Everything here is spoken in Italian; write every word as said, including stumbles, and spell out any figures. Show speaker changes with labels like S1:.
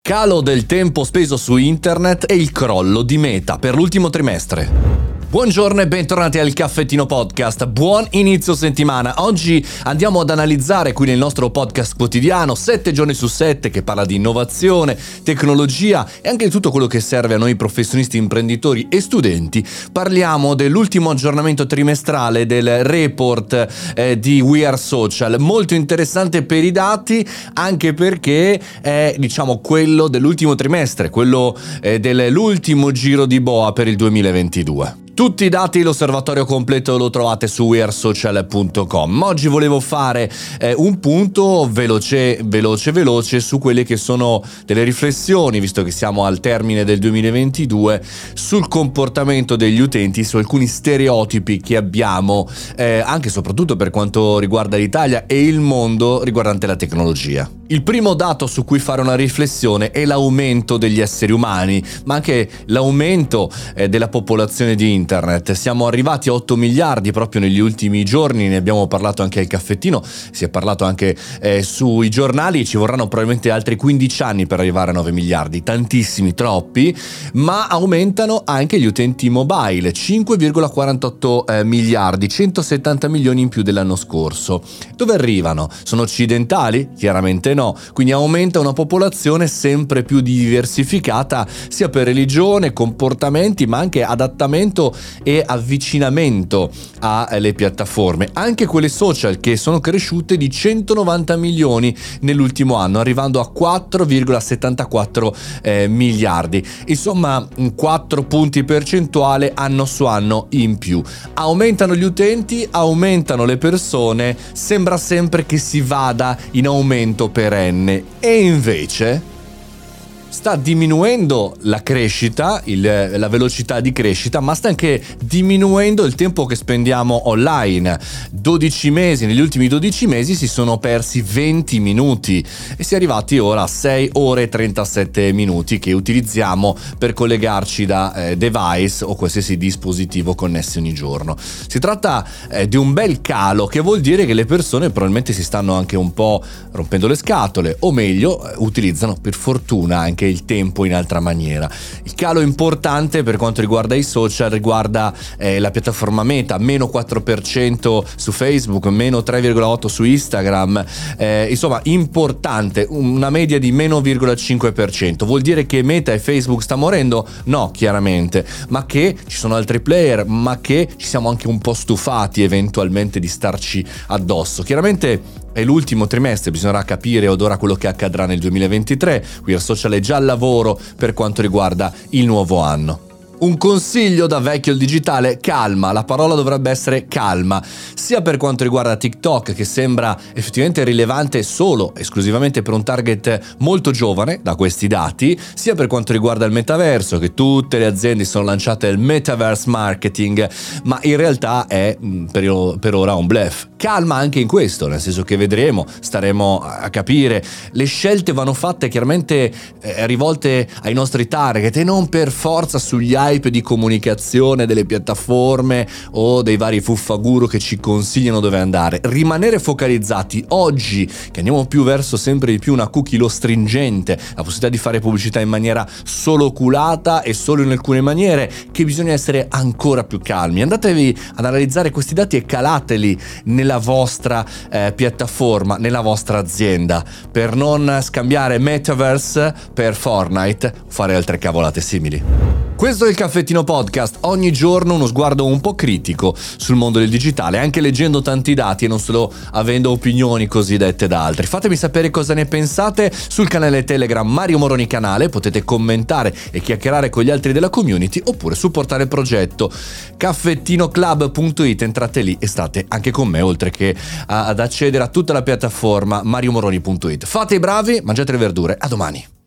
S1: Calo del tempo speso su internet e il crollo di Meta per l'ultimo trimestre. Buongiorno e bentornati al Caffettino Podcast, buon inizio settimana. Oggi andiamo ad analizzare qui nel nostro podcast quotidiano sette giorni su sette che parla di innovazione, tecnologia e anche di tutto quello che serve a noi professionisti, imprenditori e studenti. Parliamo dell'ultimo aggiornamento trimestrale del report eh, di We Are Social, molto interessante per i dati, anche perché è diciamo quello dell'ultimo trimestre, quello eh, dell'ultimo giro di boa per il duemilaventidue. Tutti i dati, l'osservatorio completo lo trovate su we are social punto com. Oggi volevo fare eh, un punto veloce, veloce, veloce su quelle che sono delle riflessioni, visto che siamo al termine del duemilaventidue, sul comportamento degli utenti, su alcuni stereotipi che abbiamo, eh, anche e soprattutto per quanto riguarda l'Italia e il mondo riguardante la tecnologia. Il primo dato su cui fare una riflessione è l'aumento degli esseri umani, ma anche l'aumento eh, della popolazione di internet. Siamo arrivati a otto miliardi proprio negli ultimi giorni, ne abbiamo parlato anche al caffettino, si è parlato anche eh, sui giornali, ci vorranno probabilmente altri quindici anni per arrivare a nove miliardi, tantissimi, troppi, ma aumentano anche gli utenti mobile, cinque virgola quarantotto eh, miliardi, centosettanta milioni in più dell'anno scorso. Dove arrivano? Sono occidentali? Chiaramente no. No, quindi aumenta una popolazione sempre più diversificata sia per religione, comportamenti, ma anche adattamento e avvicinamento alle piattaforme. Anche quelle social che sono cresciute di centonovanta milioni nell'ultimo anno, arrivando a quattro virgola settantaquattro eh, miliardi. Insomma, quattro punti percentuali anno su anno in più. Aumentano gli utenti, aumentano le persone, sembra sempre che si vada in aumento per e invece sta diminuendo la crescita, il, la velocità di crescita, ma sta anche diminuendo il tempo che spendiamo online. dodici mesi, negli ultimi dodici mesi si sono persi venti minuti e si è arrivati ora a sei ore e trentasette minuti che utilizziamo per collegarci da eh, device o qualsiasi dispositivo connessi ogni giorno. Si tratta eh, di un bel calo, che vuol dire che le persone probabilmente si stanno anche un po' rompendo le scatole, o meglio eh, utilizzano per fortuna anche il tempo in altra maniera. Il calo importante per quanto riguarda i social riguarda eh, la piattaforma Meta, meno quattro per cento su Facebook, meno tre virgola otto per cento su Instagram, eh, insomma importante, una media di meno zero virgola cinque per cento. Vuol dire che Meta e Facebook sta morendo? No, chiaramente, ma che ci sono altri player, ma che ci siamo anche un po' stufati eventualmente di starci addosso. Chiaramente è l'ultimo trimestre, bisognerà capire od ora quello che accadrà nel duemilaventitré. We Are Social è già al lavoro per quanto riguarda il nuovo anno. Un consiglio da vecchio al digitale: calma, la parola dovrebbe essere calma, sia per quanto riguarda TikTok, che sembra effettivamente rilevante solo, esclusivamente per un target molto giovane da questi dati, sia per quanto riguarda il metaverso, che tutte le aziende sono lanciate il metaverse marketing, ma in realtà è per, per ora un bluff. Calma anche in questo, nel senso che vedremo, staremo a capire, le scelte vanno fatte chiaramente eh, rivolte ai nostri target e non per forza sugli hype di comunicazione delle piattaforme o dei vari fuffaguru che ci consigliano dove andare. Rimanere focalizzati oggi, che andiamo più verso sempre di più una cookie lo stringente, la possibilità di fare pubblicità in maniera solo oculata e solo in alcune maniere, che bisogna essere ancora più calmi. Andatevi ad analizzare questi dati e calateli nella vostra eh, piattaforma, nella vostra azienda, per non scambiare metaverse per Fortnite o fare altre cavolate simili. Questo è il Caffettino Podcast, ogni giorno uno sguardo un po' critico sul mondo del digitale, anche leggendo tanti dati e non solo avendo opinioni cosiddette da altri. Fatemi sapere cosa ne pensate sul canale Telegram Mario Moroni Canale, potete commentare e chiacchierare con gli altri della community oppure supportare il progetto caffettinoclub punto it, entrate lì e state anche con me oltre che ad accedere a tutta la piattaforma mario moroni punto it. Fate i bravi, mangiate le verdure, a domani!